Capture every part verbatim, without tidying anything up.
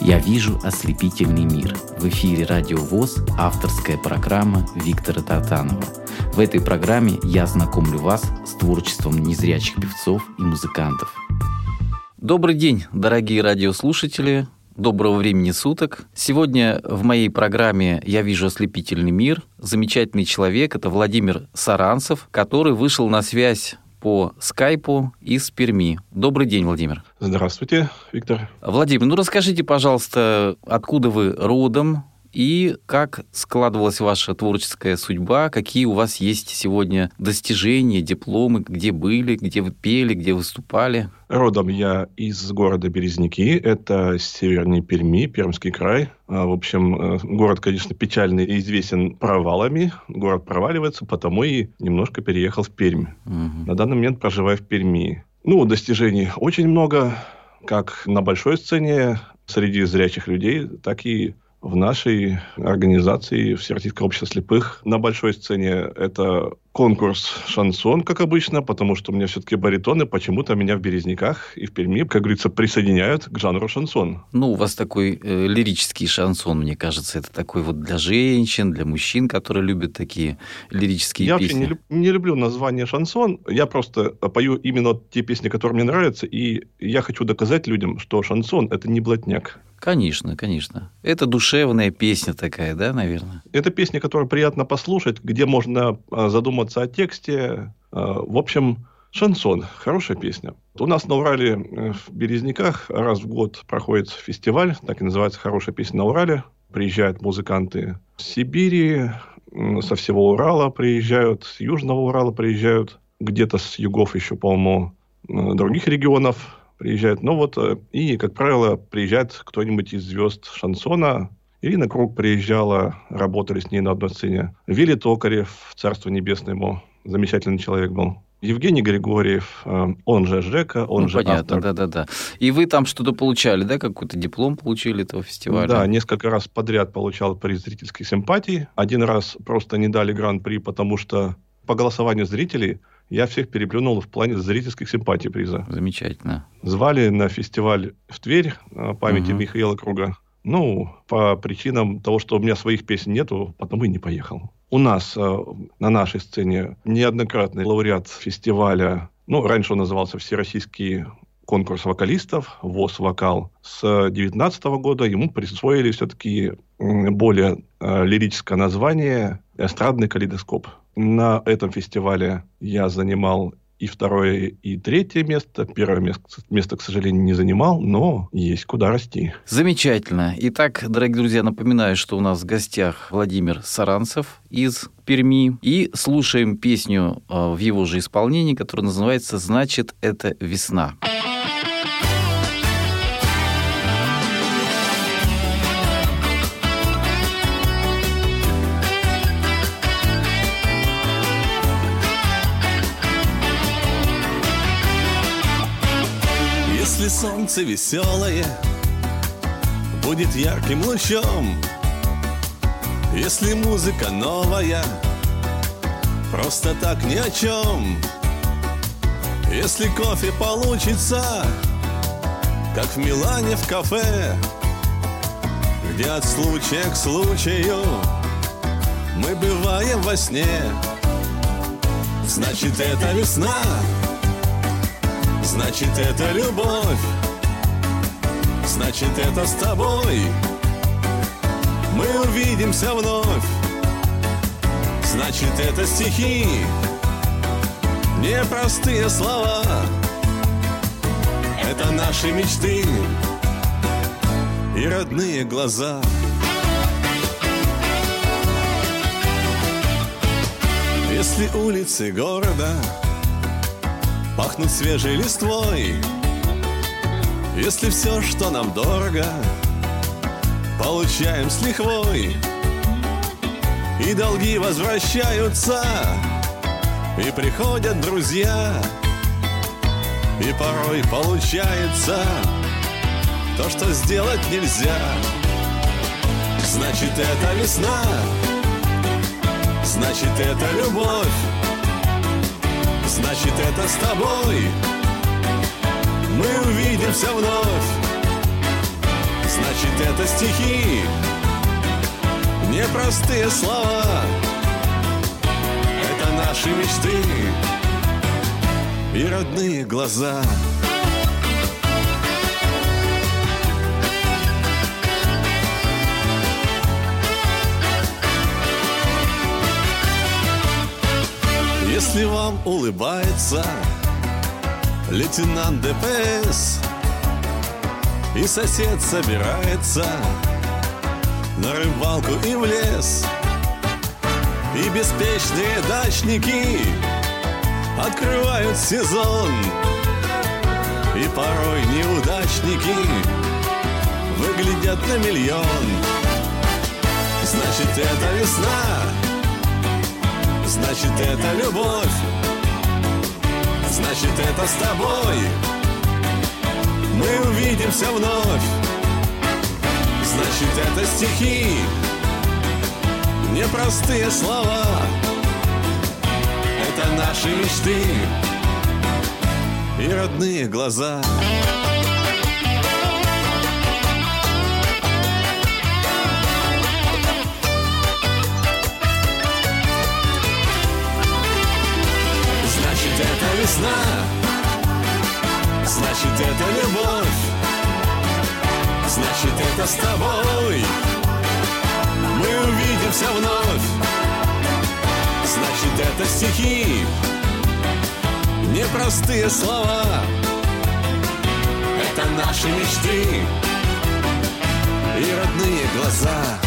«Я вижу ослепительный мир». В эфире Радио ВОС авторская программа Виктора Тартанова. В этой программе я знакомлю вас с творчеством незрячих певцов и музыкантов. Добрый день, дорогие радиослушатели. Доброго времени суток. Сегодня в моей программе «Я вижу ослепительный мир» замечательный человек, это Владимир Саранцев, который вышел на связь по скайпу из Перми. Добрый день, Владимир. Здравствуйте, Виктор. Владимир, ну расскажите, пожалуйста, откуда вы родом и как складывалась ваша творческая судьба, какие у вас есть сегодня достижения, дипломы, где были, где вы пели, где выступали? Родом я из города Березники, это севернее Перми, Пермский край. В общем, город, конечно, печальный и известен провалами. Город проваливается, потому и немножко переехал в Пермь. Угу. На данный момент проживаю в Перми. Ну, достижений очень много, как на большой сцене среди зрячих людей, так и в нашей организации Всероссийское общество слепых. На большой сцене это конкурс «Шансон», как обычно, потому что у меня все-таки баритон, и почему-то меня в Березниках и в Перми, как говорится, присоединяют к жанру шансон. Ну, у вас такой э, лирический шансон, мне кажется. Это такой вот для женщин, для мужчин, которые любят такие лирические я песни. Я вообще не, не люблю название шансон. Я просто пою именно те песни, которые мне нравятся, и я хочу доказать людям, что шансон – это не блатняк. Конечно, конечно. Это душевная песня такая, да, наверное? Это песня, которую приятно послушать, где можно задуматься о тексте. В общем, шансон. Хорошая песня. У нас на Урале в Березниках раз в год проходит фестиваль, так и называется «Хорошая песня на Урале». Приезжают музыканты с Сибири, со всего Урала приезжают, с Южного Урала приезжают, где-то с югов еще, по-моему, других регионов приезжают. Ну вот, и, как правило, приезжает кто-нибудь из звезд шансона. Ирина Круг приезжала, работали с ней на одной сцене. Вилли Токарев, царство небесное ему, замечательный человек был. Евгений Григорьев, он же Жека, он ну, же понятно, автор. да-да-да. И вы там что-то получали, да? Какой-то диплом получили этого фестиваля? Да, несколько раз подряд получал приз зрительской симпатии. Один раз просто не дали гран-при, потому что по голосованию зрителей я всех переплюнул в плане зрительских симпатий приза. Замечательно. Звали на фестиваль в Тверь памяти угу. Михаила Круга. Ну, по причинам того, что у меня своих песен нету, потому и не поехал. У нас на нашей сцене неоднократный лауреат фестиваля, ну, раньше он назывался Всероссийский конкурс вокалистов, ВОС «Вокал». С две тысячи девятнадцатого года ему присвоили все-таки более лирическое название «Эстрадный калейдоскоп». На этом фестивале я занимал и второе, и третье место. Первое место, место, к сожалению, не занимал, но есть куда расти. Замечательно. Итак, дорогие друзья, напоминаю, что у нас в гостях Владимир Саранцев из Перми. И слушаем песню в его же исполнении, которая называется «Значит, это весна». Если солнце веселое будет ярким лучом, если музыка новая просто так ни о чем, если кофе получится, как в Милане в кафе, где от случая к случаю мы бываем во сне, значит, это весна. Значит, это любовь, значит, это с тобой мы увидимся вновь. Значит, это стихи, непростые слова, это наши мечты и родные глаза. Если улицы города пахнут свежей листвой, если все, что нам дорого, получаем с лихвой, и долги возвращаются, и приходят друзья, и порой получается то, что сделать нельзя. Значит, это весна, значит, это любовь, значит, это с тобой мы увидимся вновь. Значит, это стихи, непростые слова. Это наши мечты и родные глаза. Если вам улыбается лейтенант Дэ Пэ Эс, и сосед собирается на рыбалку и в лес, и беспечные дачники открывают сезон, и порой неудачники выглядят на миллион. Значит, это весна, значит, это любовь, значит, это с тобой мы увидимся вновь. Значит, это стихи, непростые слова. Это наши мечты и родные глаза. Значит, это весна, значит, это любовь, значит, это с тобой мы увидимся вновь. Значит, это стихи, непростые слова. Это наши мечты и родные глаза.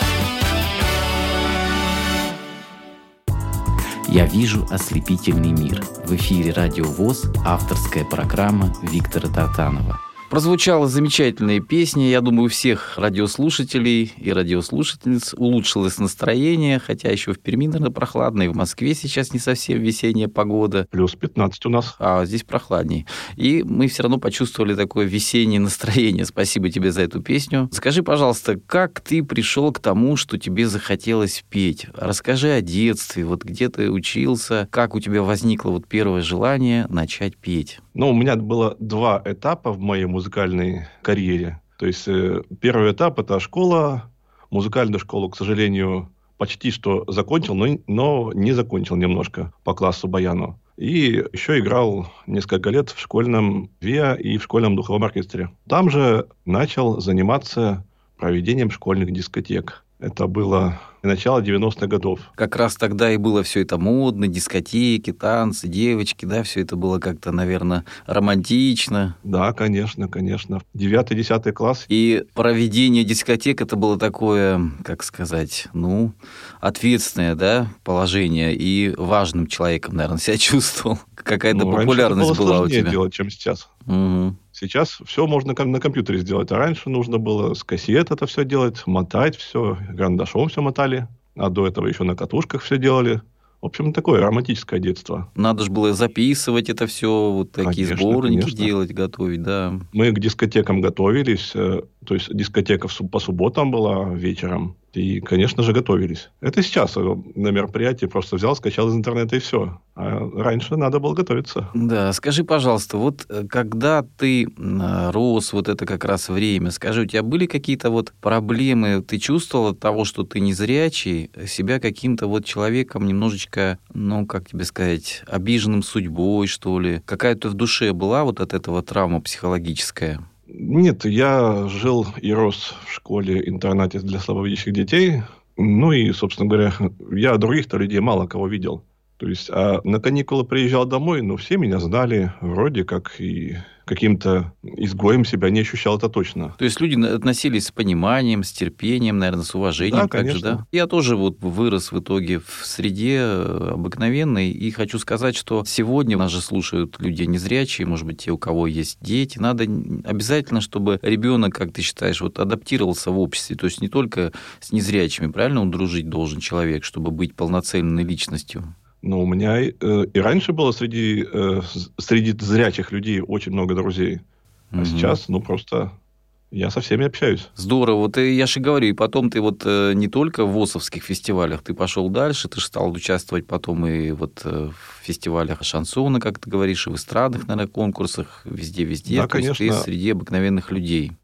«Я вижу ослепительный мир». В эфире Радио ВОС, авторская программа Виктора Тартанова. Прозвучала замечательная песня. Я думаю, у всех радиослушателей и радиослушательниц улучшилось настроение, хотя еще в Перми, наверное, прохладно, и в Москве сейчас не совсем весенняя погода. Плюс пятнадцать у нас. А здесь прохладней. И мы все равно почувствовали такое весеннее настроение. Спасибо тебе за эту песню. Скажи, пожалуйста, как ты пришел к тому, что тебе захотелось петь? Расскажи о детстве, вот где ты учился, как у тебя возникло вот первое желание начать петь? Ну, у меня было два этапа в моей музыкальной карьере. То есть, э, первый этап – это школа. Музыкальную школу, к сожалению, почти что закончил, но, но не закончил немножко по классу баяну. И еще играл несколько лет в школьном ВИА и в школьном духовом оркестре. Там же начал заниматься проведением школьных дискотек. Это было начало девяностых годов. Как раз тогда и было все это модно, дискотеки, танцы, девочки, да, все это было как-то, наверное, романтично. Да, конечно, конечно. Девятый, десятый класс. И проведение дискотек это было такое, как сказать, ну, ответственное, да, положение, и важным человеком, наверное, себя чувствовал. Какая-то ну, популярность было была у тебя. Делать, чем сейчас. Угу. Сейчас все можно на компьютере сделать, а раньше нужно было с кассет это все делать, мотать все, карандашом все мотали, а до этого еще на катушках все делали. В общем, такое романтическое детство. Надо же было записывать это все, вот такие конечно, сборники конечно. делать, готовить, да. Мы к дискотекам готовились, то есть дискотека по субботам была вечером, и, конечно же, готовились. Это сейчас на мероприятии просто взял, скачал из интернета и все. А раньше надо было готовиться. Да, скажи, пожалуйста, вот когда ты рос, вот это как раз время, скажи, у тебя были какие-то вот проблемы, ты чувствовал от того, что ты незрячий, себя каким-то вот человеком немножечко, ну, как тебе сказать, обиженным судьбой, что ли? Какая-то в душе была вот от этого травма психологическая? Нет, я жил и рос в школе-интернате для слабовидящих детей. Ну и, собственно говоря, я других-то людей мало кого видел. То есть, а на каникулы приезжал домой, но все меня знали, вроде как и каким-то изгоем себя не ощущал, это точно. То есть люди относились с пониманием, с терпением, наверное, с уважением. Да, конечно. Также, да? Я тоже вот вырос в итоге в среде обыкновенной, и хочу сказать, что сегодня нас же слушают люди незрячие, может быть, те, у кого есть дети. Надо обязательно, чтобы ребенок, как ты считаешь, вот адаптировался в обществе, то есть не только с незрячими, правильно, он дружить должен человек, чтобы быть полноценной личностью. Но у меня э, и раньше было среди, э, среди зрячих людей очень много друзей. А угу. сейчас, ну, просто я со всеми общаюсь. Здорово. Вот я же говорю, и потом ты вот э, не только в ВОСовских фестивалях, ты пошел дальше, ты же стал участвовать потом и вот э, в фестивалях шансона, как ты говоришь, и в эстрадных, наверное, конкурсах, везде-везде. Да, то конечно. есть ты среди обыкновенных людей.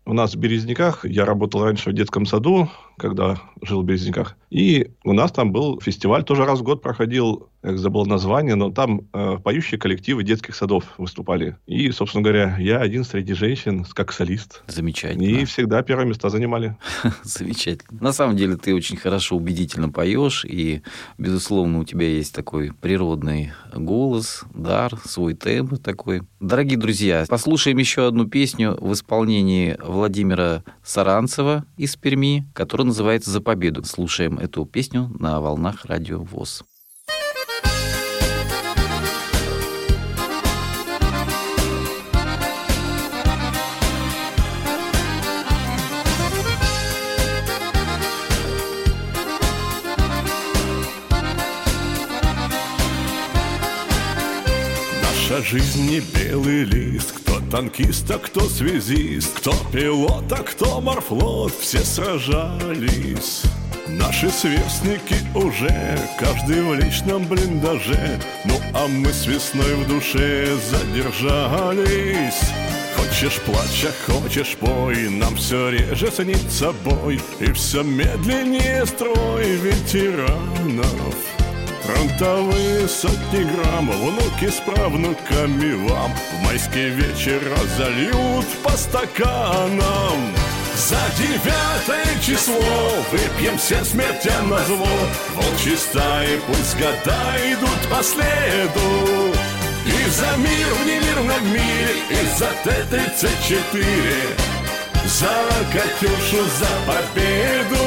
у нас в Березниках, я работал раньше в детском саду, когда жил в Березниках, и у нас там был фестиваль, тоже раз в год проходил, я забыл название, но там э, поющие коллективы детских садов выступали. И, собственно говоря, я один среди женщин, как солист. Замечательно. И всегда первые места занимали. Замечательно. На самом деле ты очень хорошо, убедительно поешь, и, безусловно, у тебя есть такой природный голос, дар, свой тембр такой. Дорогие друзья, послушаем еще одну песню в исполнении Владимира Саранцева из Перми, которая называется «За победу». Слушаем эту песню на волнах Радио ВОС. Наша жизнь не белый лист. Кто танкист, а кто связист, кто пилот, а кто морфлот. Все сражались. Наши сверстники уже, каждый в личном блиндаже. Ну а мы с весной в душе задержались. Хочешь плачь, а хочешь пой, нам все реже снится бой. И все медленнее строй ветеранов. Фронтовые сотни грамм, внуки с правнуками вам в майский вечер разольют по стаканам. За девятое число выпьем все смертям назло. Волчьи стаи, пусть года идут по следу. И за мир в немирном мире, и за Т тридцать четыре, за Катюшу, за победу.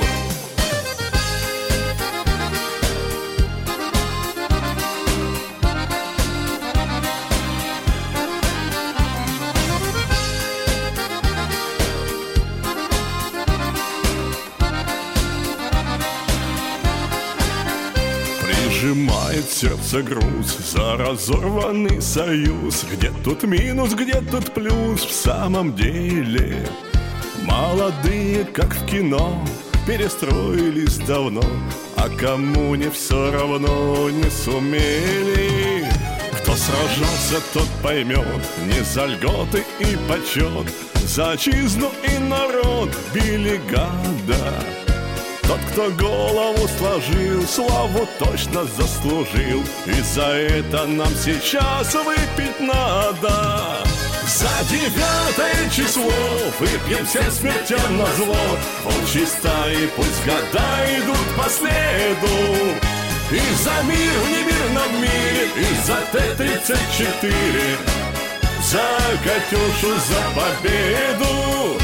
Сжимает сердце груз за разорванный союз. Где тут минус, где тут плюс в самом деле? Молодые, как в кино, перестроились давно, а кому не все равно не сумели. Кто сражался, тот поймет, не за льготы и почет, за отчизну и народ били гада. Тот, кто голову сложил, славу точно заслужил, и за это нам сейчас выпить надо. За девятое число выпьем все смертям назло. Волчьи стаи, пусть года идут по следу. И за мир в немирном мире, и за Т тридцать четыре, за Катюшу, за победу.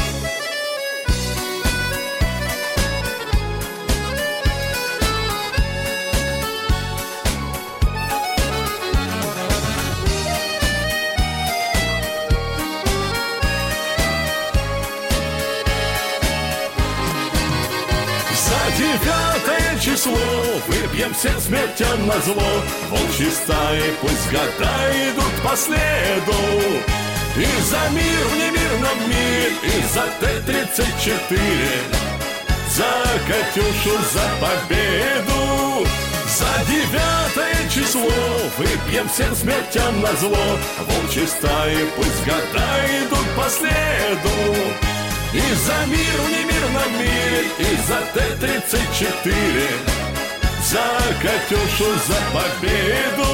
Девятое число выпьем все смертям назло. Волчьи стаи, пусть года идут по следу. И за мир в немирном мире, и за Т тридцать четыре, за Катюшу, за победу. За девятое число выпьем всем смертям назло. Волчьи стаи, пусть года идут по следу. И за мир в немирном мире, и за Т тридцать четыре, за Катюшу, за победу.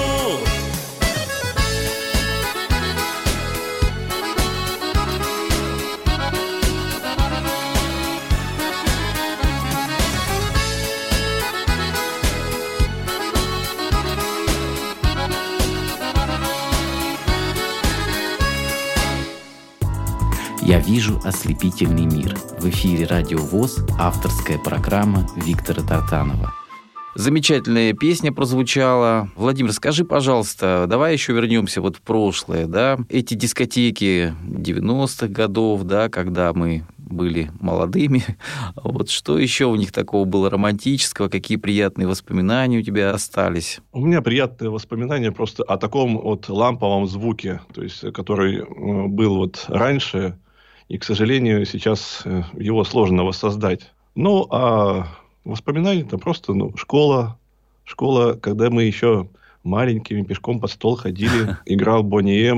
«Я вижу ослепительный мир». В эфире Радио ВОС, авторская программа Виктора Тартанова. Замечательная песня прозвучала. Владимир, скажи, пожалуйста, давай еще вернемся вот в прошлое, да? Эти дискотеки девяностых годов, да, когда мы были молодыми. Вот что еще у них такого было романтического? Какие приятные воспоминания у тебя остались? У меня приятные воспоминания просто о таком вот ламповом звуке, то есть, который был вот раньше, и, к сожалению, сейчас его сложно воссоздать. Ну, а воспоминания-то просто ну, школа. Школа, когда мы еще маленькими пешком под стол ходили, играл Бонни Эм.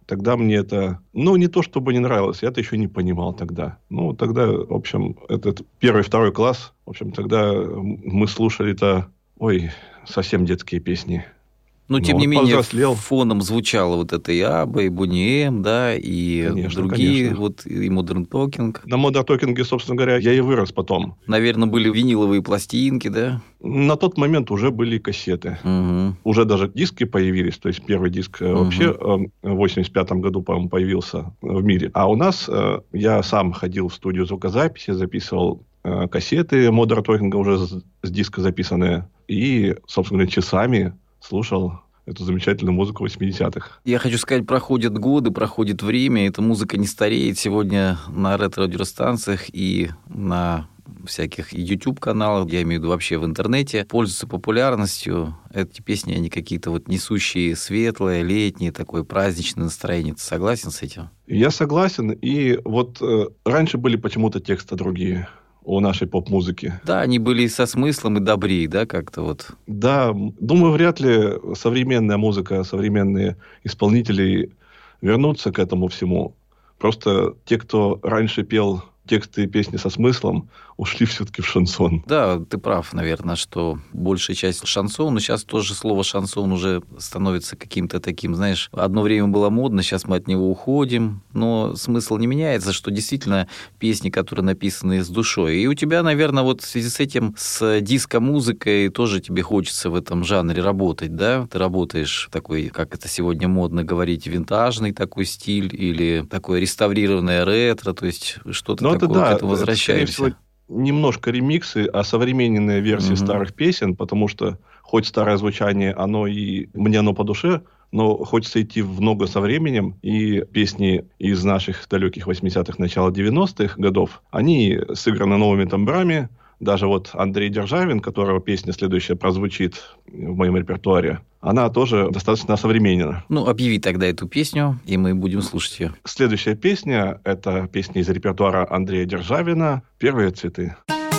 Тогда мне это, ну, не то чтобы не нравилось, я это еще не понимал тогда. Ну, тогда, в общем, этот первый, второй класс, в общем, тогда мы слушали-то, ой, совсем детские песни. Но, тем ну, не менее, повзрослел. фоном звучало вот это и Абба, и Бони Эм, да, и конечно, другие, конечно. вот, и Modern Talking. На Modern Talking, собственно говоря, я и вырос потом. Наверное, были виниловые пластинки, да? На тот момент уже были кассеты. Угу. Уже даже диски появились. То есть, первый диск угу. вообще в восемьдесят пятом году, по-моему, появился в мире. А у нас, я сам ходил в студию звукозаписи, записывал кассеты Modern Talking уже с диска записанные. И, собственно говоря, часами слушал эту замечательную музыку восьмидесятых. Я хочу сказать, проходят годы, проходит время, эта музыка не стареет. Сегодня на ретро-радиостанциях и на всяких YouTube-каналах, я имею в виду вообще в интернете, пользуются популярностью. Эти песни, они какие-то вот несущие светлое, летнее, такое праздничное настроение. Ты согласен с этим? Я согласен. И вот э, раньше были почему-то тексты другие у нашей поп-музыки. Да, они были и со смыслом, и добрее, да, как-то вот. Да, думаю, вряд ли современная музыка, современные исполнители вернутся к этому всему. Просто те, кто раньше пел тексты и песни со смыслом, ушли все-таки в шансон. Да, ты прав, наверное, что большая часть шансон, но сейчас тоже слово шансон уже становится каким-то таким, знаешь, одно время было модно, сейчас мы от него уходим, но смысл не меняется, что действительно песни, которые написаны с душой. И у тебя, наверное, вот в связи с этим, с диско-музыкой тоже тебе хочется в этом жанре работать, да? Ты работаешь такой, как это сегодня модно говорить, винтажный такой стиль или такое реставрированное ретро, то есть что-то но такое, это, да, к этому возвращаешься. Немножко ремиксы, а современные версии угу. старых песен, потому что хоть старое звучание, оно и мне оно по душе, но хочется идти в ногу со временем, и песни из наших далеких восьмидесятых, начала девяностых годов, они сыграны новыми тембрами. Даже вот Андрей Державин, которого песня следующая прозвучит в моем репертуаре, она тоже достаточно осовременена. Ну, объяви тогда эту песню, и мы будем слушать ее. Следующая песня – это песня из репертуара Андрея Державина «Первые цветы».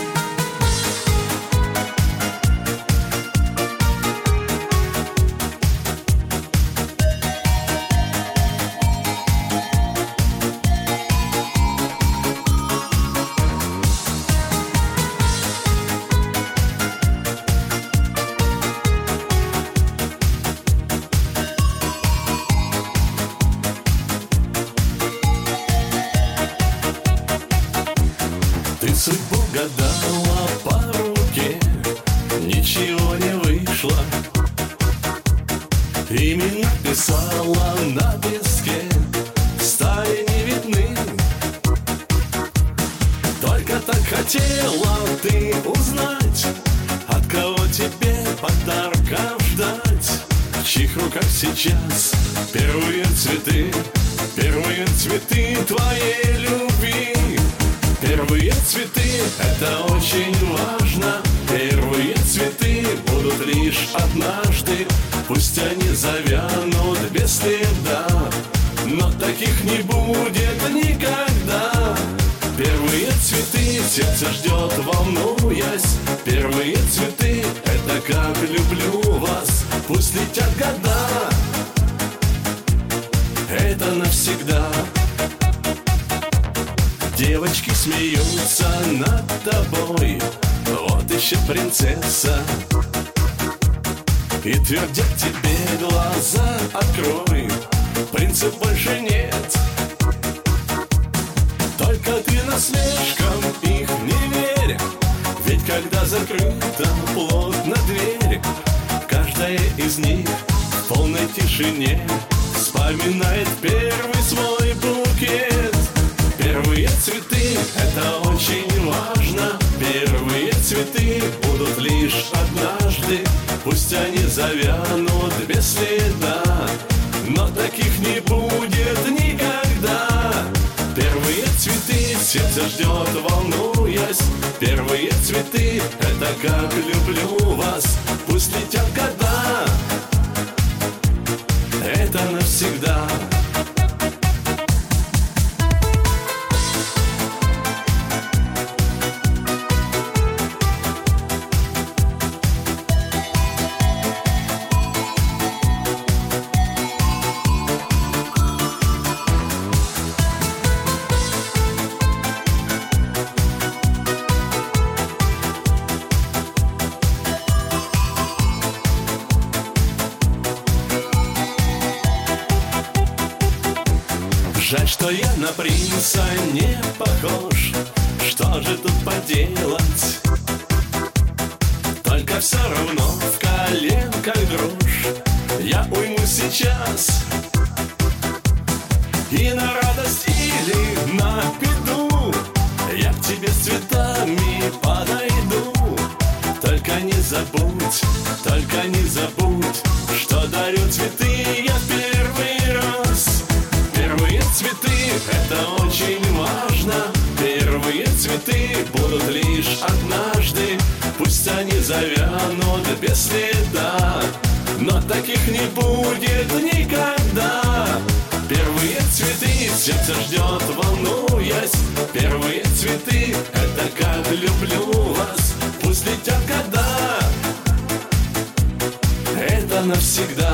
Судьбу гадала по руке, ничего не вышло. Имена писала на песке, стали не видны. Только так хотела ты узнать, от кого тебе подарков ждать. В чьих руках сейчас первые цветы, первые цветы твоей любви. Первые цветы — это очень важно. Первые цветы будут лишь однажды. Пусть они завянут без следа, но таких не будет никогда. Первые цветы сердце ждет, волнуясь. Первые цветы — это как люблю вас. Пусть летят года, это навсегда. Девочки смеются над тобой, вот еще принцесса. И твердят тебе глаза, открой, принцев больше нет. Только ты насмешкам их не верь, ведь когда закрыта плотно дверь, каждая из них в полной тишине вспоминает первый свой букет. Первые цветы — это очень важно. Первые цветы будут лишь однажды. Пусть они завянут без следа, но таких не будет никогда. Первые цветы сердце ждет, волнуясь. Первые цветы — это как люблю вас. Пусть летят года, это навсегда. что я на принца не похож. Что же тут поделать? Только все равно в коленках дрожь. Я уйму сейчас и на радость или на беду я к тебе с цветами подойду. Только не забудь, только не забудь, что дарю цветы я первый раз. Первые цветы — это очень важно. Первые цветы будут лишь однажды. Пусть они завянут без следа, но таких не будет никогда. Первые цветы сердце ждет, волнуясь. Первые цветы — это как люблю вас. Пусть летят года, это навсегда.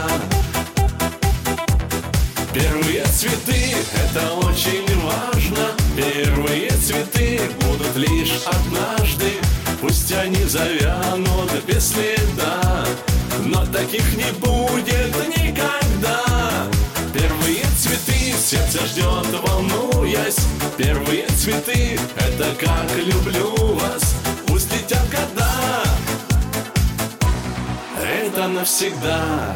Первые цветы — это очень важно. Первые цветы будут лишь однажды. Пусть они завянут без следа, но таких не будет никогда. Первые цветы сердце ждет, волнуясь. Первые цветы — это как люблю вас. Пусть летят года, это навсегда.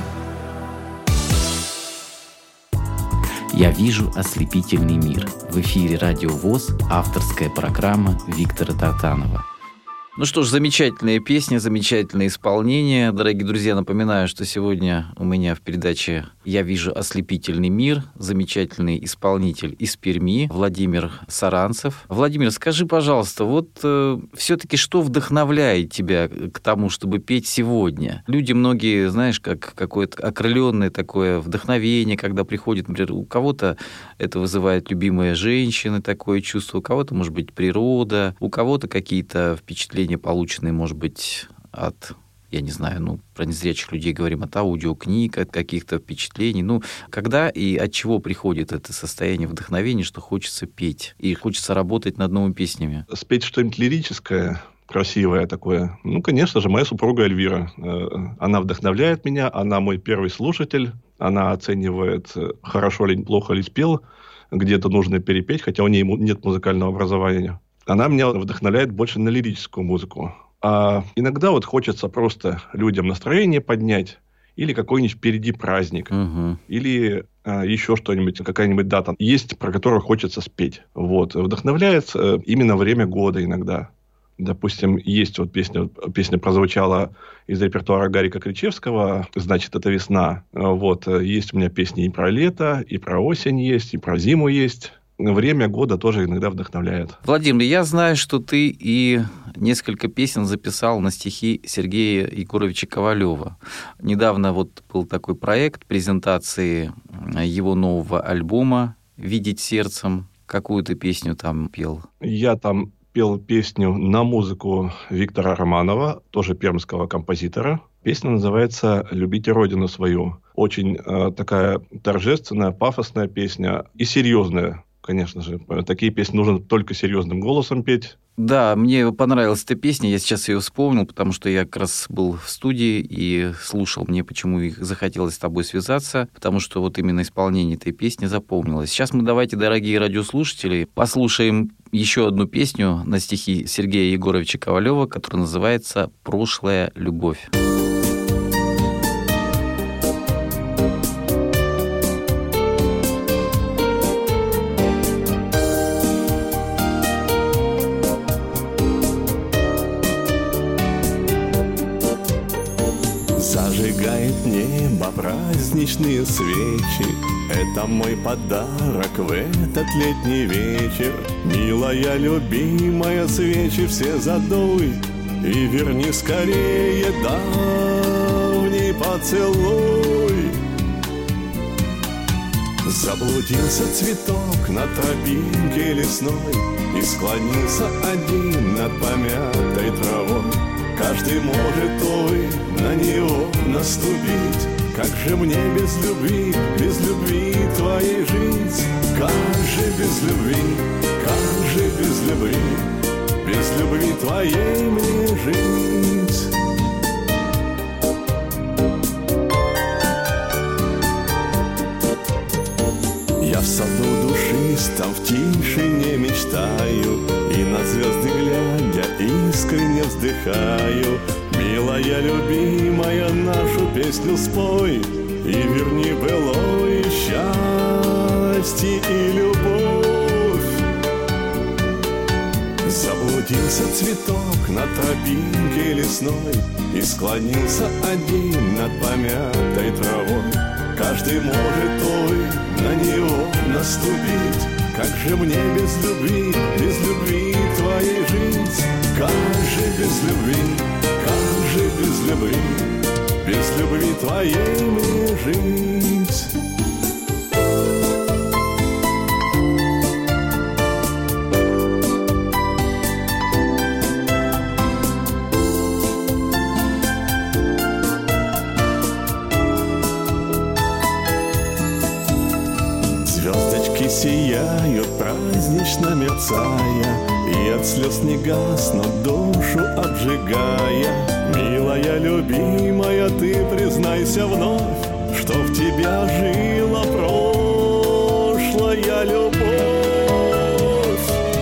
«Я вижу ослепительный мир». В эфире «Радио ВОС», авторская программа Виктора Тартанова. Ну что ж, замечательная песня, замечательное исполнение. Дорогие друзья, напоминаю, что сегодня у меня в передаче «Я вижу ослепительный мир» замечательный исполнитель из Перми Владимир Саранцев. Владимир, скажи, пожалуйста, вот э, все-таки что вдохновляет тебя к тому, чтобы петь сегодня? Люди многие, знаешь, как какое-то окрыленное такое вдохновение, когда приходит, например, у кого-то это вызывает любимая женщина, такое чувство, у кого-то, может быть, природа, у кого-то какие-то впечатления, полученные, может быть, от, я не знаю, ну, про незрячих людей говорим, от аудиокниг, от каких-то впечатлений. Ну, когда и от чего приходит это состояние вдохновения, что хочется петь и хочется работать над новыми песнями? Спеть что-нибудь лирическое, красивое такое. Ну, конечно же, моя супруга Эльвира. Она вдохновляет меня, она мой первый слушатель, она оценивает, хорошо ли, плохо ли спел, где-то нужно перепеть, хотя у нее нет музыкального образования. Она меня вдохновляет больше на лирическую музыку. А иногда вот хочется просто людям настроение поднять, или какой-нибудь впереди праздник, угу. или а, еще что-нибудь, какая-нибудь дата есть, про которую хочется спеть. Вот. Вдохновляет а, именно время года иногда. Допустим, есть вот песня, песня прозвучала из репертуара Гарика Кричевского, «Значит, это весна». Вот. Есть у меня песни и про лето, и про осень есть, и про зиму есть. Время года тоже иногда вдохновляет. Владимир, я знаю, что ты и несколько песен записал на стихи Сергея Егоровича Ковалева. Недавно вот был такой проект презентации его нового альбома «Видеть сердцем». Какую ты песню там пел? Я там пел песню на музыку Виктора Романова, тоже пермского композитора. Песня называется «Любите родину свою». Очень э, такая торжественная, пафосная песня и серьезная. Конечно же, такие песни нужно только серьезным голосом петь. Да, мне понравилась эта песня, я сейчас ее вспомнил, потому что я как раз был в студии и слушал, мне почему их захотелось с тобой связаться, потому что вот именно исполнение этой песни запомнилось. Сейчас мы давайте, дорогие радиослушатели, послушаем еще одну песню на стихи Сергея Егоровича Ковалева, которая называется «Прошлая любовь». Зажигает небо праздничные свечи. Это мой подарок в этот летний вечер. Милая, любимая, свечи все задуй и верни скорее давний поцелуй. Заблудился цветок на тропинке лесной и склонился один над помятой травой. Каждый может, увы, на него наступить. Как же мне без любви, без любви твоей жить? Как же без любви, как же без любви, без любви твоей мне жить? Я в саду душистом там в тишине мечтаю, и на звезды глядя искренне вздыхаю. Милая, любимая, нашу песню спой и верни былое счастье и любовь. Заблудился цветок на тропинке лесной, и склонился один над помятой травой. Каждый может, ой, на него наступить. Как же мне без любви, без любви твоей жить? Как же без любви, как же без любви, без любви твоей мне жить? Звездочки сияют, празднично мерцая, и от слез не гаснут, душу обжигая. Милая, любимая, ты признайся вновь, что в тебя жила прошлая любовь.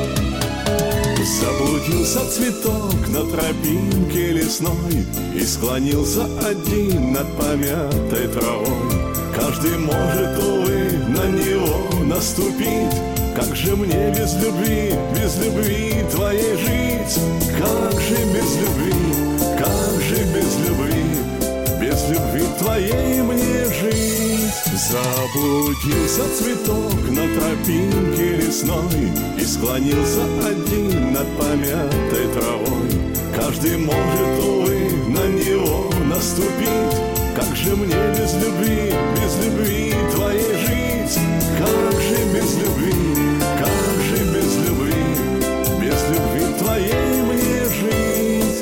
Заблудился цветок на тропинке лесной, и склонился один над помятой травой. Каждый может, увы, на него наступить. Как же мне без любви, без любви твоей жить? Как же без любви, как же без любви, без любви твоей мне жить? Заблудился цветок на тропинке лесной, и склонился один над помятой травой. Каждый может, увы, на него наступить. Как же мне без любви, без любви твоей жить? Как же без любви, как же без любви, без любви твоей мне жить?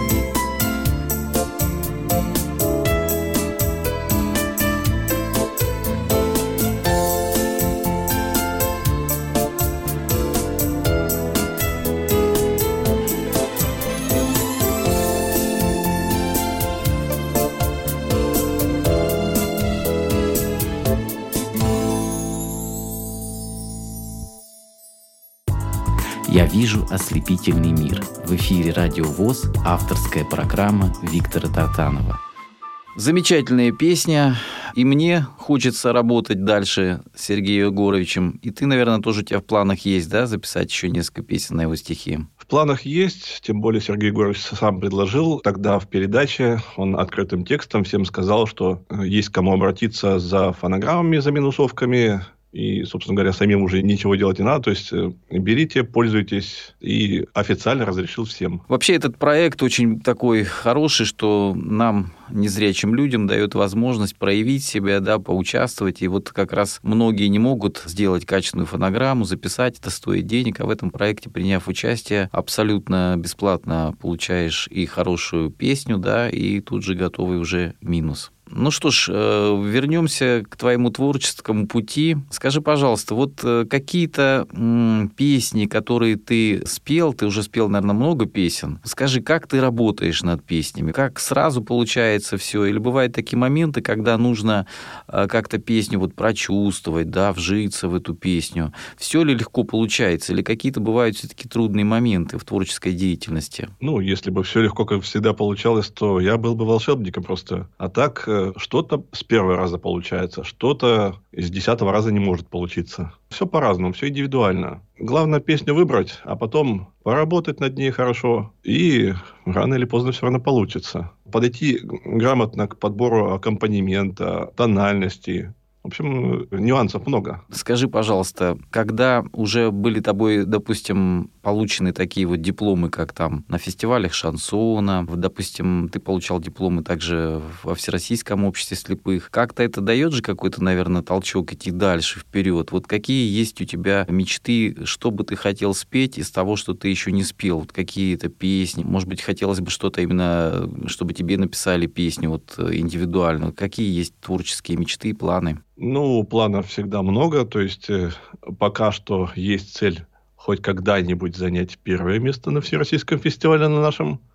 «Я вижу ослепительный мир». В эфире Радио ВОС, авторская программа Виктора Тартанова. Замечательная песня, и мне хочется работать дальше с Сергеем Егоровичем. И ты, наверное, тоже у тебя в планах есть, да, записать еще несколько песен на его стихи? В планах есть, тем более Сергей Егорович сам предложил. Тогда в передаче он открытым текстом всем сказал, что есть к кому обратиться за фонограммами, за минусовками. И, собственно говоря, самим уже ничего делать не надо. То есть берите, пользуйтесь. И официально разрешил всем. Вообще этот проект очень такой хороший, что нам, незрячим людям, дает возможность проявить себя, да, поучаствовать. И вот как раз многие не могут сделать качественную фонограмму, записать, это стоит денег. А в этом проекте, приняв участие, абсолютно бесплатно получаешь и хорошую песню, да, и тут же готовый уже минус. Ну что ж, вернемся к твоему творческому пути. Скажи, пожалуйста, вот какие-то песни, которые ты спел, ты уже спел, наверное, много песен. Скажи, как ты работаешь над песнями? Как сразу получается все? Или бывают такие моменты, когда нужно как-то песню вот прочувствовать, да, вжиться в эту песню? Все ли легко получается? Или какие-то бывают все-таки трудные моменты в творческой деятельности? Ну, если бы все легко, как всегда, получалось, то я был бы волшебником просто. А так... Что-то с первого раза получается, что-то с десятого раза не может получиться. Все по-разному, все индивидуально. Главное песню выбрать, а потом поработать над ней хорошо, и рано или поздно все равно получится. Подойти грамотно к подбору аккомпанемента, тональности. В общем, нюансов много. Скажи, пожалуйста, когда уже были тобой, допустим, получены такие вот дипломы, как там на фестивалях шансона, допустим, ты получал дипломы также во Всероссийском обществе слепых, как-то это дает же какой-то, наверное, толчок идти дальше, вперед? Вот какие есть у тебя мечты, что бы ты хотел спеть из того, что ты еще не спел? Вот какие-то песни, может быть, хотелось бы что-то именно, чтобы тебе написали песню вот индивидуально. Какие есть творческие мечты и планы? Ну, планов всегда много, то есть э, пока что есть цель хоть когда-нибудь занять первое место на Всероссийском фестивале на нашем.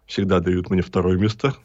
всегда дают мне второе место.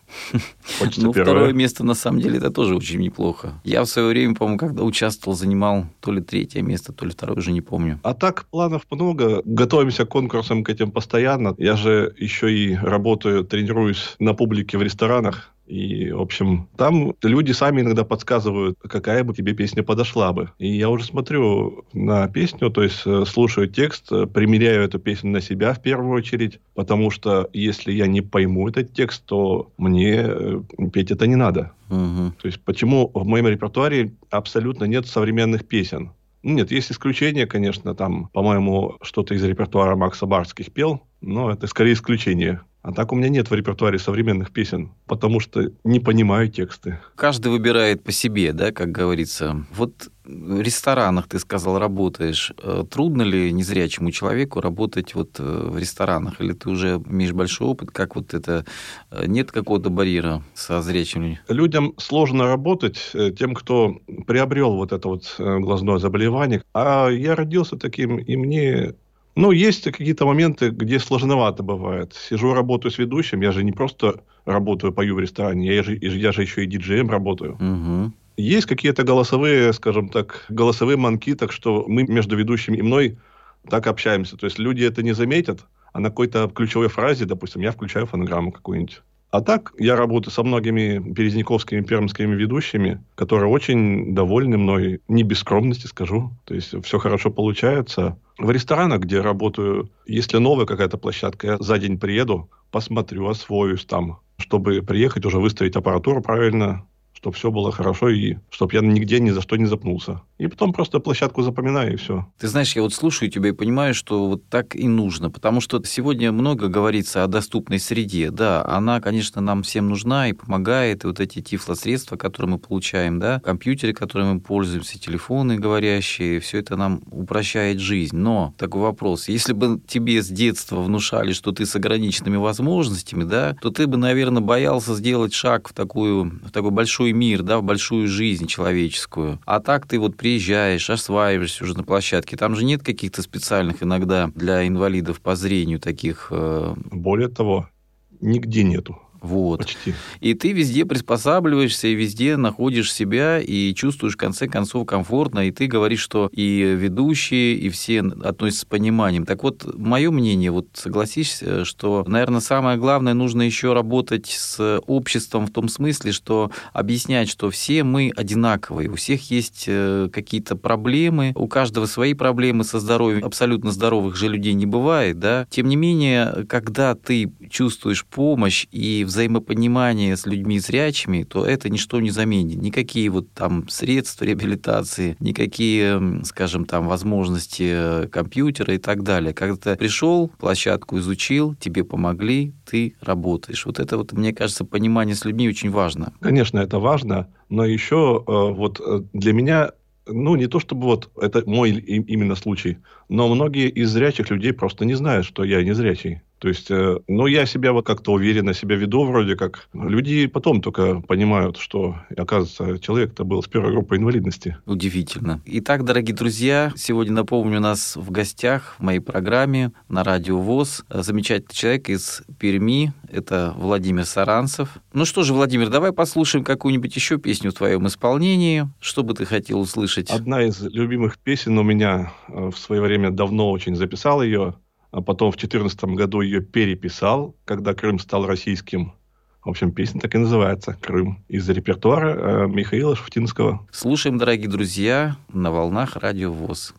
Ну, второе место, на самом деле, это тоже очень неплохо. Я в свое время, по-моему, когда участвовал, занимал то ли третье место, то ли второе, уже не помню. А так, планов много. Готовимся к конкурсам, к этим постоянно. Я же еще и работаю, тренируюсь на публике в ресторанах. И, в общем, там люди сами иногда подсказывают, какая бы тебе песня подошла бы. И я уже смотрю на песню, то есть слушаю текст, примеряю эту песню на себя в первую очередь, потому что если я не пойму этот текст, то мне петь это не надо. Угу. То есть почему в моем репертуаре абсолютно нет современных песен? Нет, есть исключения, конечно, там, по-моему, что-то из репертуара Макса Барских пел, но это скорее исключение. А так у меня нет в репертуаре современных песен, потому что не понимаю тексты. Каждый выбирает по себе, да, как говорится. Вот в ресторанах, ты сказал, работаешь. Трудно ли незрячему человеку работать вот в ресторанах? Или ты уже имеешь большой опыт? Как вот это... Нет какого-то барьера со зрячими? Людям сложно работать, тем, кто приобрел вот это вот глазное заболевание. А я родился таким, и мне... Ну, есть какие-то моменты, где сложновато бывает. Сижу, работаю с ведущим, я же не просто работаю, пою в ресторане, я же, я же еще и диджеем работаю. Угу. Есть какие-то голосовые, скажем так, голосовые манки, так что мы между ведущим и мной так общаемся. То есть люди это не заметят, а на какой-то ключевой фразе, допустим, я включаю фонограмму какую-нибудь. А так я работаю со многими березняковскими, пермскими ведущими, которые очень довольны мной, не без скромности скажу. То есть все хорошо получается. В ресторанах, где работаю, если новая какая-то площадка, я за день приеду, посмотрю, освоюсь там, чтобы приехать уже выставить аппаратуру правильно, чтобы все было хорошо и чтобы я нигде ни за что не запнулся. И потом просто площадку запоминаю, и все. Ты знаешь, я вот слушаю тебя и понимаю, что вот так и нужно, потому что сегодня много говорится о доступной среде. Да, она, конечно, нам всем нужна и помогает, и вот эти тифлосредства, которые мы получаем, да, компьютеры, которыми мы пользуемся, телефоны говорящие, все это нам упрощает жизнь. Но такой вопрос, если бы тебе с детства внушали, что ты с ограниченными возможностями, да, то ты бы, наверное, боялся сделать шаг в такую, в такой большой мир, да, в большую жизнь человеческую. А так ты вот приезжаешь, осваиваешься уже на площадке. Там же нет каких-то специальных иногда для инвалидов по зрению таких... Э... Более того, нигде нету. Вот. Почти. И ты везде приспосабливаешься, и везде находишь себя, и чувствуешь, в конце концов, комфортно, и ты говоришь, что и ведущие, и все относятся с пониманием. Так вот, мое мнение, вот согласись, что, наверное, самое главное, нужно еще работать с обществом в том смысле, что объяснять, что все мы одинаковые, у всех есть какие-то проблемы, у каждого свои проблемы со здоровьем, абсолютно здоровых же людей не бывает, да. Тем не менее, когда ты чувствуешь помощь и взаимопонимание с людьми зрячими, то это ничто не заменит. Никакие вот там средства реабилитации, никакие, скажем, там возможности компьютера и так далее. Когда ты пришел, площадку изучил, тебе помогли, ты работаешь. Вот это вот, мне кажется, понимание с людьми очень важно. Конечно, это важно, но еще вот для меня, ну, не то чтобы вот это мой именно случай, но многие из зрячих людей просто не знают, что я незрячий. То есть, ну, я себя вот как-то уверенно себя веду вроде как. Люди потом только понимают, что, оказывается, человек-то был с первой группой инвалидности. Удивительно. Итак, дорогие друзья, сегодня, напомню, у нас в гостях в моей программе на Радио ВОС замечательный человек из Перми. Это Владимир Саранцев. Ну что же, Владимир, давай послушаем какую-нибудь еще песню в твоем исполнении. Что бы ты хотел услышать? Одна из любимых песен у меня в свое время давно очень записал ее. А потом в две тысячи четырнадцатом году ее переписал, когда Крым стал российским. В общем, песня так и называется «Крым» из репертуара Михаила Шуфтинского. Слушаем, дорогие друзья, на волнах Радио ВОС.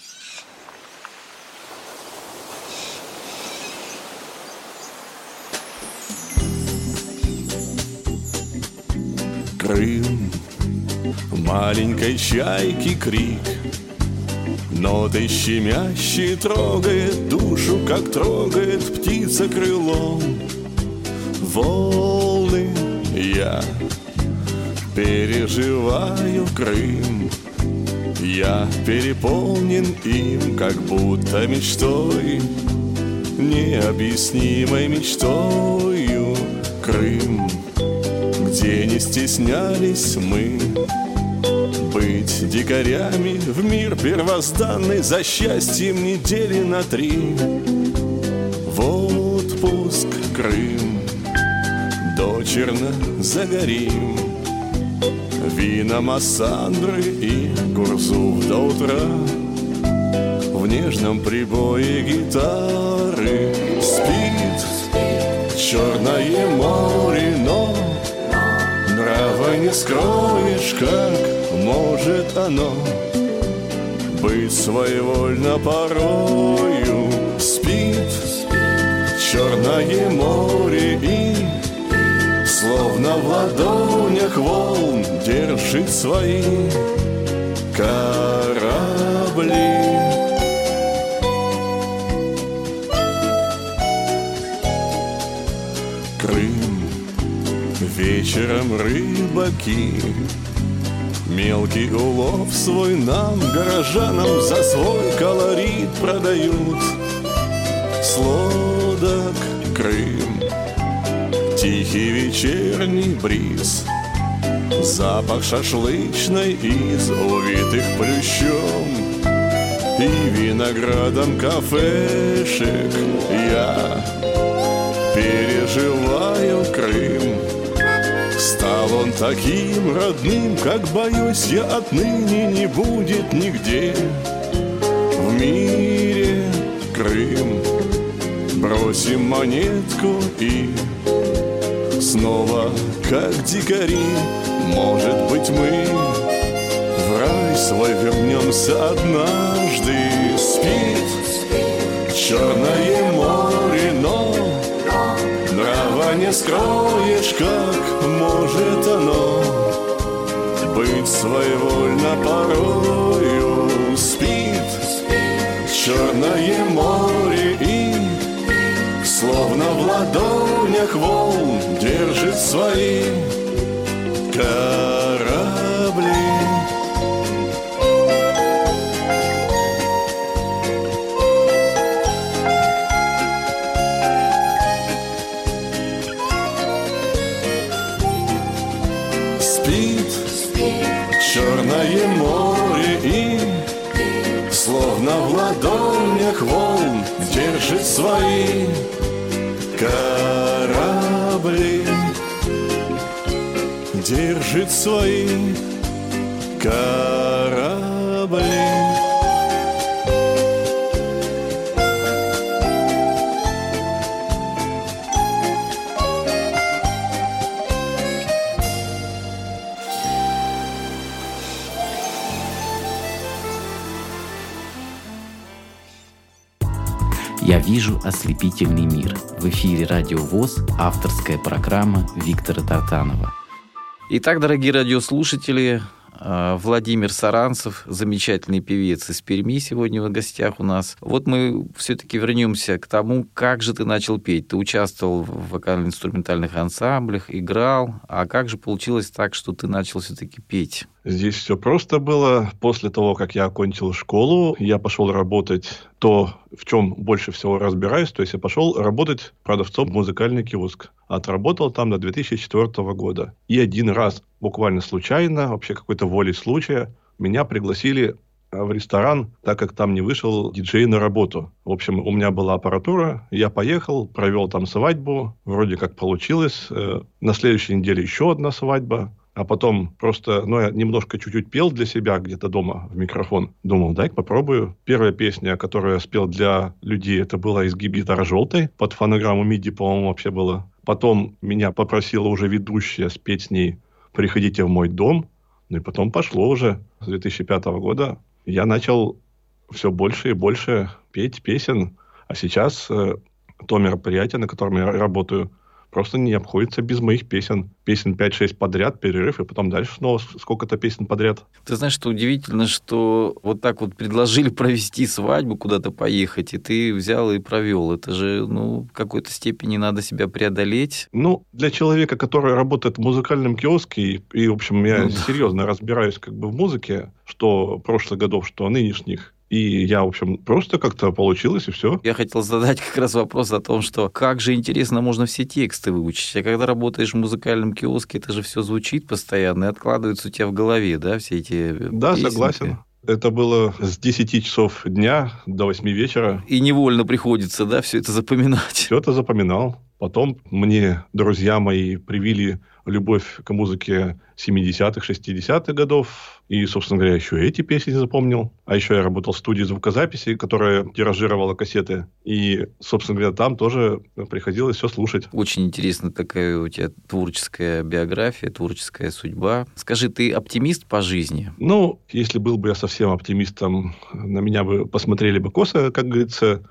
Крым, маленькой чайки крик, ноты щемящие трогает душу, как трогает птица крылом. Волны я переживаю Крым, я переполнен им, как будто мечтой, необъяснимой мечтою. Крым, где не стеснялись мы быть дикарями в мир первозданный, за счастьем недели на три. В отпуск Крым дочерно загорим вина Массандры и Гурзуф до утра. В нежном прибое гитары спит черное море, но нрава не скроешь, как может оно быть своевольно порою. Спит черное море и словно в ладонях волн держит свои корабли. Крым, вечером рыбаки мелкий улов свой нам, горожанам, за свой колорит продают. С лодок Крым, тихий вечерний бриз, запах шашлычной из увитых плющом и виноградом кафешек. Я переживаю Крым. Стал он таким родным, как, боюсь, я отныне не будет нигде в мире. Крым, бросим монетку и снова, как дикари, может быть, мы в рай свой вернемся однажды. Спит черное море, но нрава не скроешь, как может оно быть своевольно порою. Спит черное море и словно в ладонях волн держит свои корабли. Черное море и словно в ладонях волн держит свои корабли. Держит свои корабли. «Я вижу ослепительный мир». В эфире Радио ВОС, авторская программа Виктора Тартанова. Итак, дорогие радиослушатели, Владимир Саранцев, замечательный певец из Перми, сегодня в гостях у нас. Вот мы все-таки вернемся к тому, как же ты начал петь. Ты участвовал в вокально-инструментальных ансамблях, играл. А как же получилось так, что ты начал все-таки петь? Здесь все просто было. После того, как я окончил школу, я пошел работать то, в чем больше всего разбираюсь. То есть я пошел работать продавцом в музыкальный киоск. Отработал там до две тысячи четвёртого года. И один раз, буквально случайно, вообще какой-то волей случая, меня пригласили в ресторан, так как там не вышел диджей на работу. В общем, у меня была аппаратура, я поехал, провел там свадьбу, вроде как получилось. На следующей неделе еще одна свадьба. А потом просто, ну, я немножко чуть-чуть пел для себя где-то дома в микрофон. Думал, дай-ка попробую. Первая песня, которую я спел для людей, это была «Изгиб гитары желтой». Под фонограмму миди, по-моему, вообще было. Потом меня попросила уже ведущая спеть с ней «Приходите в мой дом». Ну и потом пошло уже. С две тысячи пятого года я начал все больше и больше петь песен. А сейчас э, то мероприятие, на котором я работаю, просто не обходится без моих песен. Песен пять-шесть подряд, перерыв, и потом дальше снова сколько-то песен подряд. Ты знаешь, что удивительно, что вот так вот предложили провести свадьбу, куда-то поехать, и ты взял и провел. Это же, ну, в какой-то степени надо себя преодолеть. Ну, для человека, который работает в музыкальном киоске, и, и в общем, я ну, серьезно да. разбираюсь как бы в музыке, что прошлых годов, что нынешних, и я, в общем, просто как-то получилось, и все. Я хотел задать как раз вопрос о том, что как же интересно можно все тексты выучить. А когда работаешь в музыкальном киоске, это же все звучит постоянно и откладывается у тебя в голове, да, все эти Да, песенки. Согласен. Это было с десяти часов дня до восьми вечера. И невольно приходится, да, все это запоминать. Все это запоминал. Потом мне друзья мои привили любовь к музыке семидесятых, шестидесятых годов. И, собственно говоря, еще эти песни запомнил. А еще я работал в студии звукозаписи, которая тиражировала кассеты. И, собственно говоря, там тоже приходилось все слушать. Очень интересно такая у тебя творческая биография, творческая судьба. Скажи, ты оптимист по жизни? Ну, если был бы я совсем оптимистом, на меня бы посмотрели бы косо, как говорится.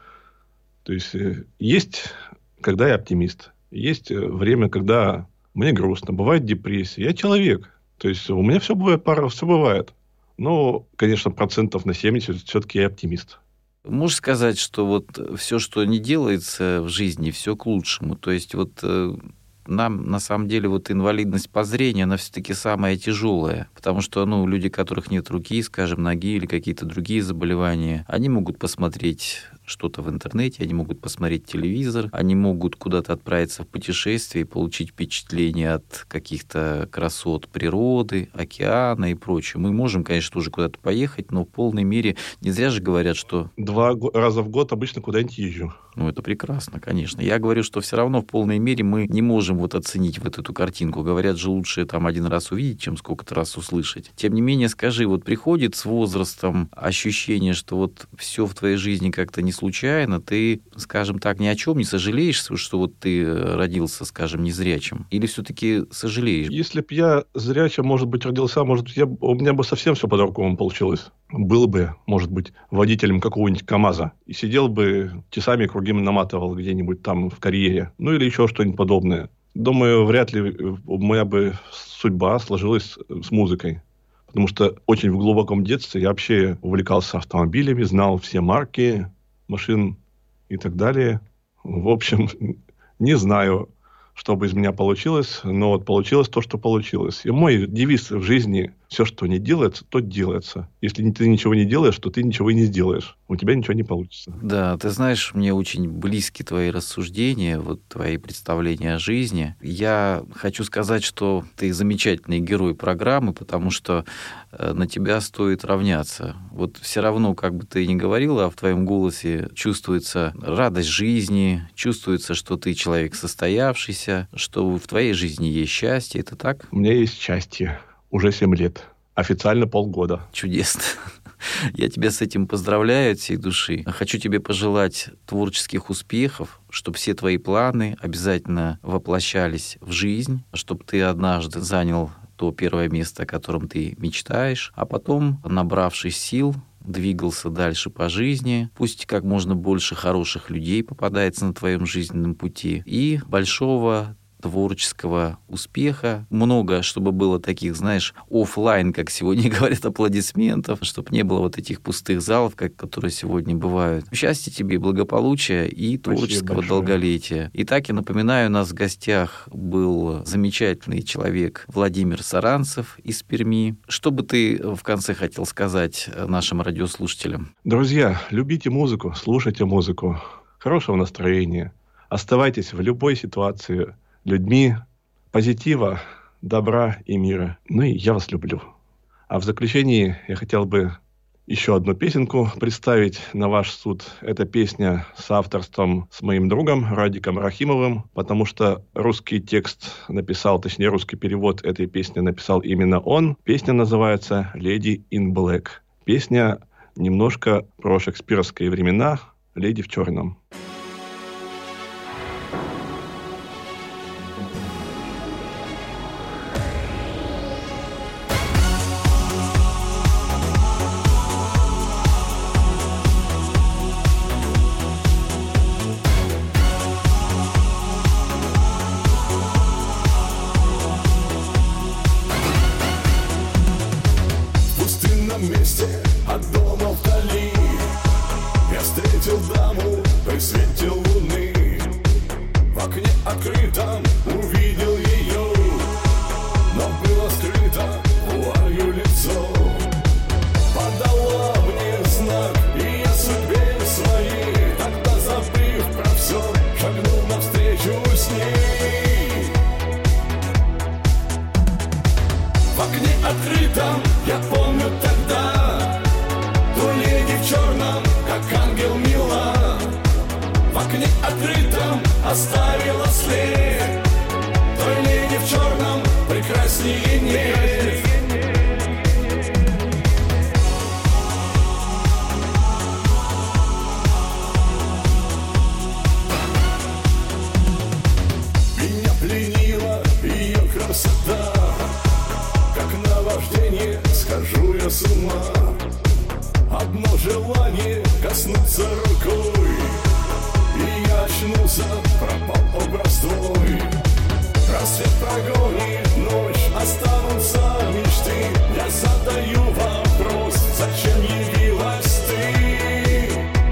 То есть, есть, когда я оптимист. Есть время, когда мне грустно, бывает депрессия. Я человек. То есть, у меня все бывает, пара, все бывает. Но, конечно, процентов на семьдесят все-таки я оптимист. Можешь сказать, что вот все, что не делается в жизни, все к лучшему? То есть, вот э, нам, на самом деле, вот инвалидность по зрению, она все-таки самая тяжелая. Потому что, ну, люди, у которых нет руки, скажем, ноги или какие-то другие заболевания, они могут посмотреть что-то в интернете, они могут посмотреть телевизор, они могут куда-то отправиться в путешествие и получить впечатление от каких-то красот природы, океана и прочее. Мы можем, конечно, тоже куда-то поехать, но в полной мере не зря же говорят, что... Два раза в год обычно куда-нибудь езжу. Ну, это прекрасно, конечно. Я говорю, что все равно в полной мере мы не можем вот оценить вот эту картинку. Говорят же, лучше там один раз увидеть, чем сколько-то раз услышать. Тем не менее, скажи, вот приходит с возрастом ощущение, что вот все в твоей жизни как-то не случайно, ты, скажем так, ни о чем не сожалеешь, что вот ты родился, скажем, незрячим? Или все-таки сожалеешь? Если б я зрячим, может быть, родился, может быть, я, у меня бы совсем все по-другому получилось. Был бы, может быть, водителем какого-нибудь КамАЗа и сидел бы, часами круги наматывал где-нибудь там в карьере. Ну, или еще что-нибудь подобное. Думаю, вряд ли моя бы судьба сложилась с музыкой. Потому что очень в глубоком детстве я вообще увлекался автомобилями, знал все марки машин и так далее. В общем, не знаю, что бы из меня получилось, но вот получилось то, что получилось. И мой девиз в жизни: все, что не делается, то делается. Если ты ничего не делаешь, то ты ничего и не сделаешь. У тебя ничего не получится. Да, ты знаешь, мне очень близки твои рассуждения, вот твои представления о жизни. Я хочу сказать, что ты замечательный герой программы, потому что на тебя стоит равняться. Вот все равно, как бы ты ни говорила, а в твоем голосе чувствуется радость жизни, чувствуется, что ты человек состоявшийся, что в твоей жизни есть счастье. Это так? У меня есть счастье. Уже семь лет. Официально полгода. Чудесно. Я тебя с этим поздравляю от всей души. Хочу тебе пожелать творческих успехов, чтобы все твои планы обязательно воплощались в жизнь, чтобы ты однажды занял то первое место, о котором ты мечтаешь, а потом, набравшись сил, двигался дальше по жизни. Пусть как можно больше хороших людей попадается на твоем жизненном пути. И большого творческого успеха. Много, чтобы было таких, знаешь, офлайн, как сегодня говорят, аплодисментов, чтобы не было вот этих пустых залов, как, которые сегодня бывают. Счастья тебе, благополучия и творческого долголетия. Итак, я напоминаю, у нас в гостях был замечательный человек Владимир Саранцев из Перми. Что бы ты в конце хотел сказать нашим радиослушателям? Друзья, любите музыку, слушайте музыку. Хорошего настроения. Оставайтесь в любой ситуации людьми позитива, добра и мира. Ну и я вас люблю. А в заключении я хотел бы еще одну песенку представить на ваш суд. Это песня с авторством с моим другом Радиком Рахимовым, потому что русский текст написал, точнее русский перевод этой песни написал именно он. Песня называется «Lady in Black». Песня немножко про шекспировские времена, «Леди в черном». оставила след. Той леди в черном прекраснее нет. Меня пленила ее красота, как наваждение схожу я с ума. Одно желание коснуться рукой, и я очнулся, пропал образ твой. Рассвет прогонит ночь, останутся мечты. Я задаю вопрос, зачем явилась ты?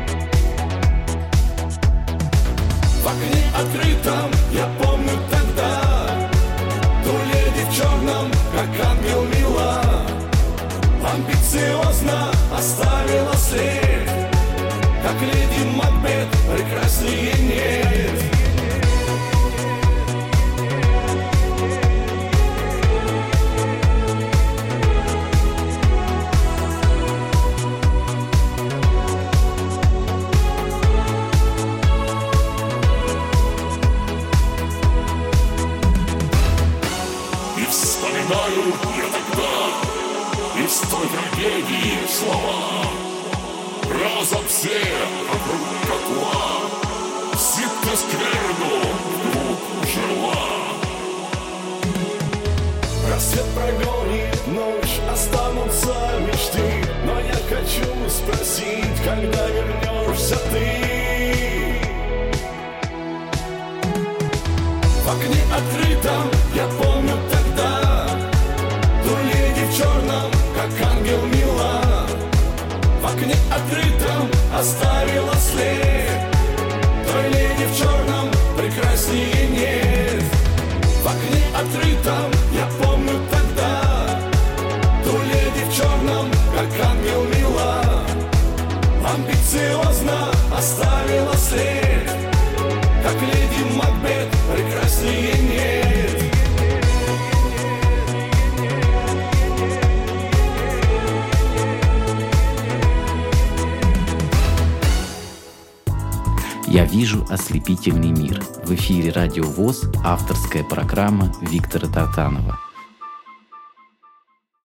В окне открытом я помню тогда ту леди в черном, как ангел мила. Амбициозно оставила след, как леди Макбет, прекраснее нет. И вспоминаю я тогда из той трагедии слова. Разом все вокруг котла, ситно скверну вдруг жила. Рассвет прогонит ночь, останутся мечты. Но я хочу спросить, когда вернешься ты? В окне открытом я помню тогда ту леди в черном, как ангел мила. В окне открытом оставила след, той леди в черном прекраснее нет. В окне открытом я помню тогда ту леди в черном, как ангел мила. Амбициозно оставила след, как леди Макбет, прекраснее нет. «Я вижу ослепительный мир». В эфире Радио ВОС, авторская программа Виктора Тартанова.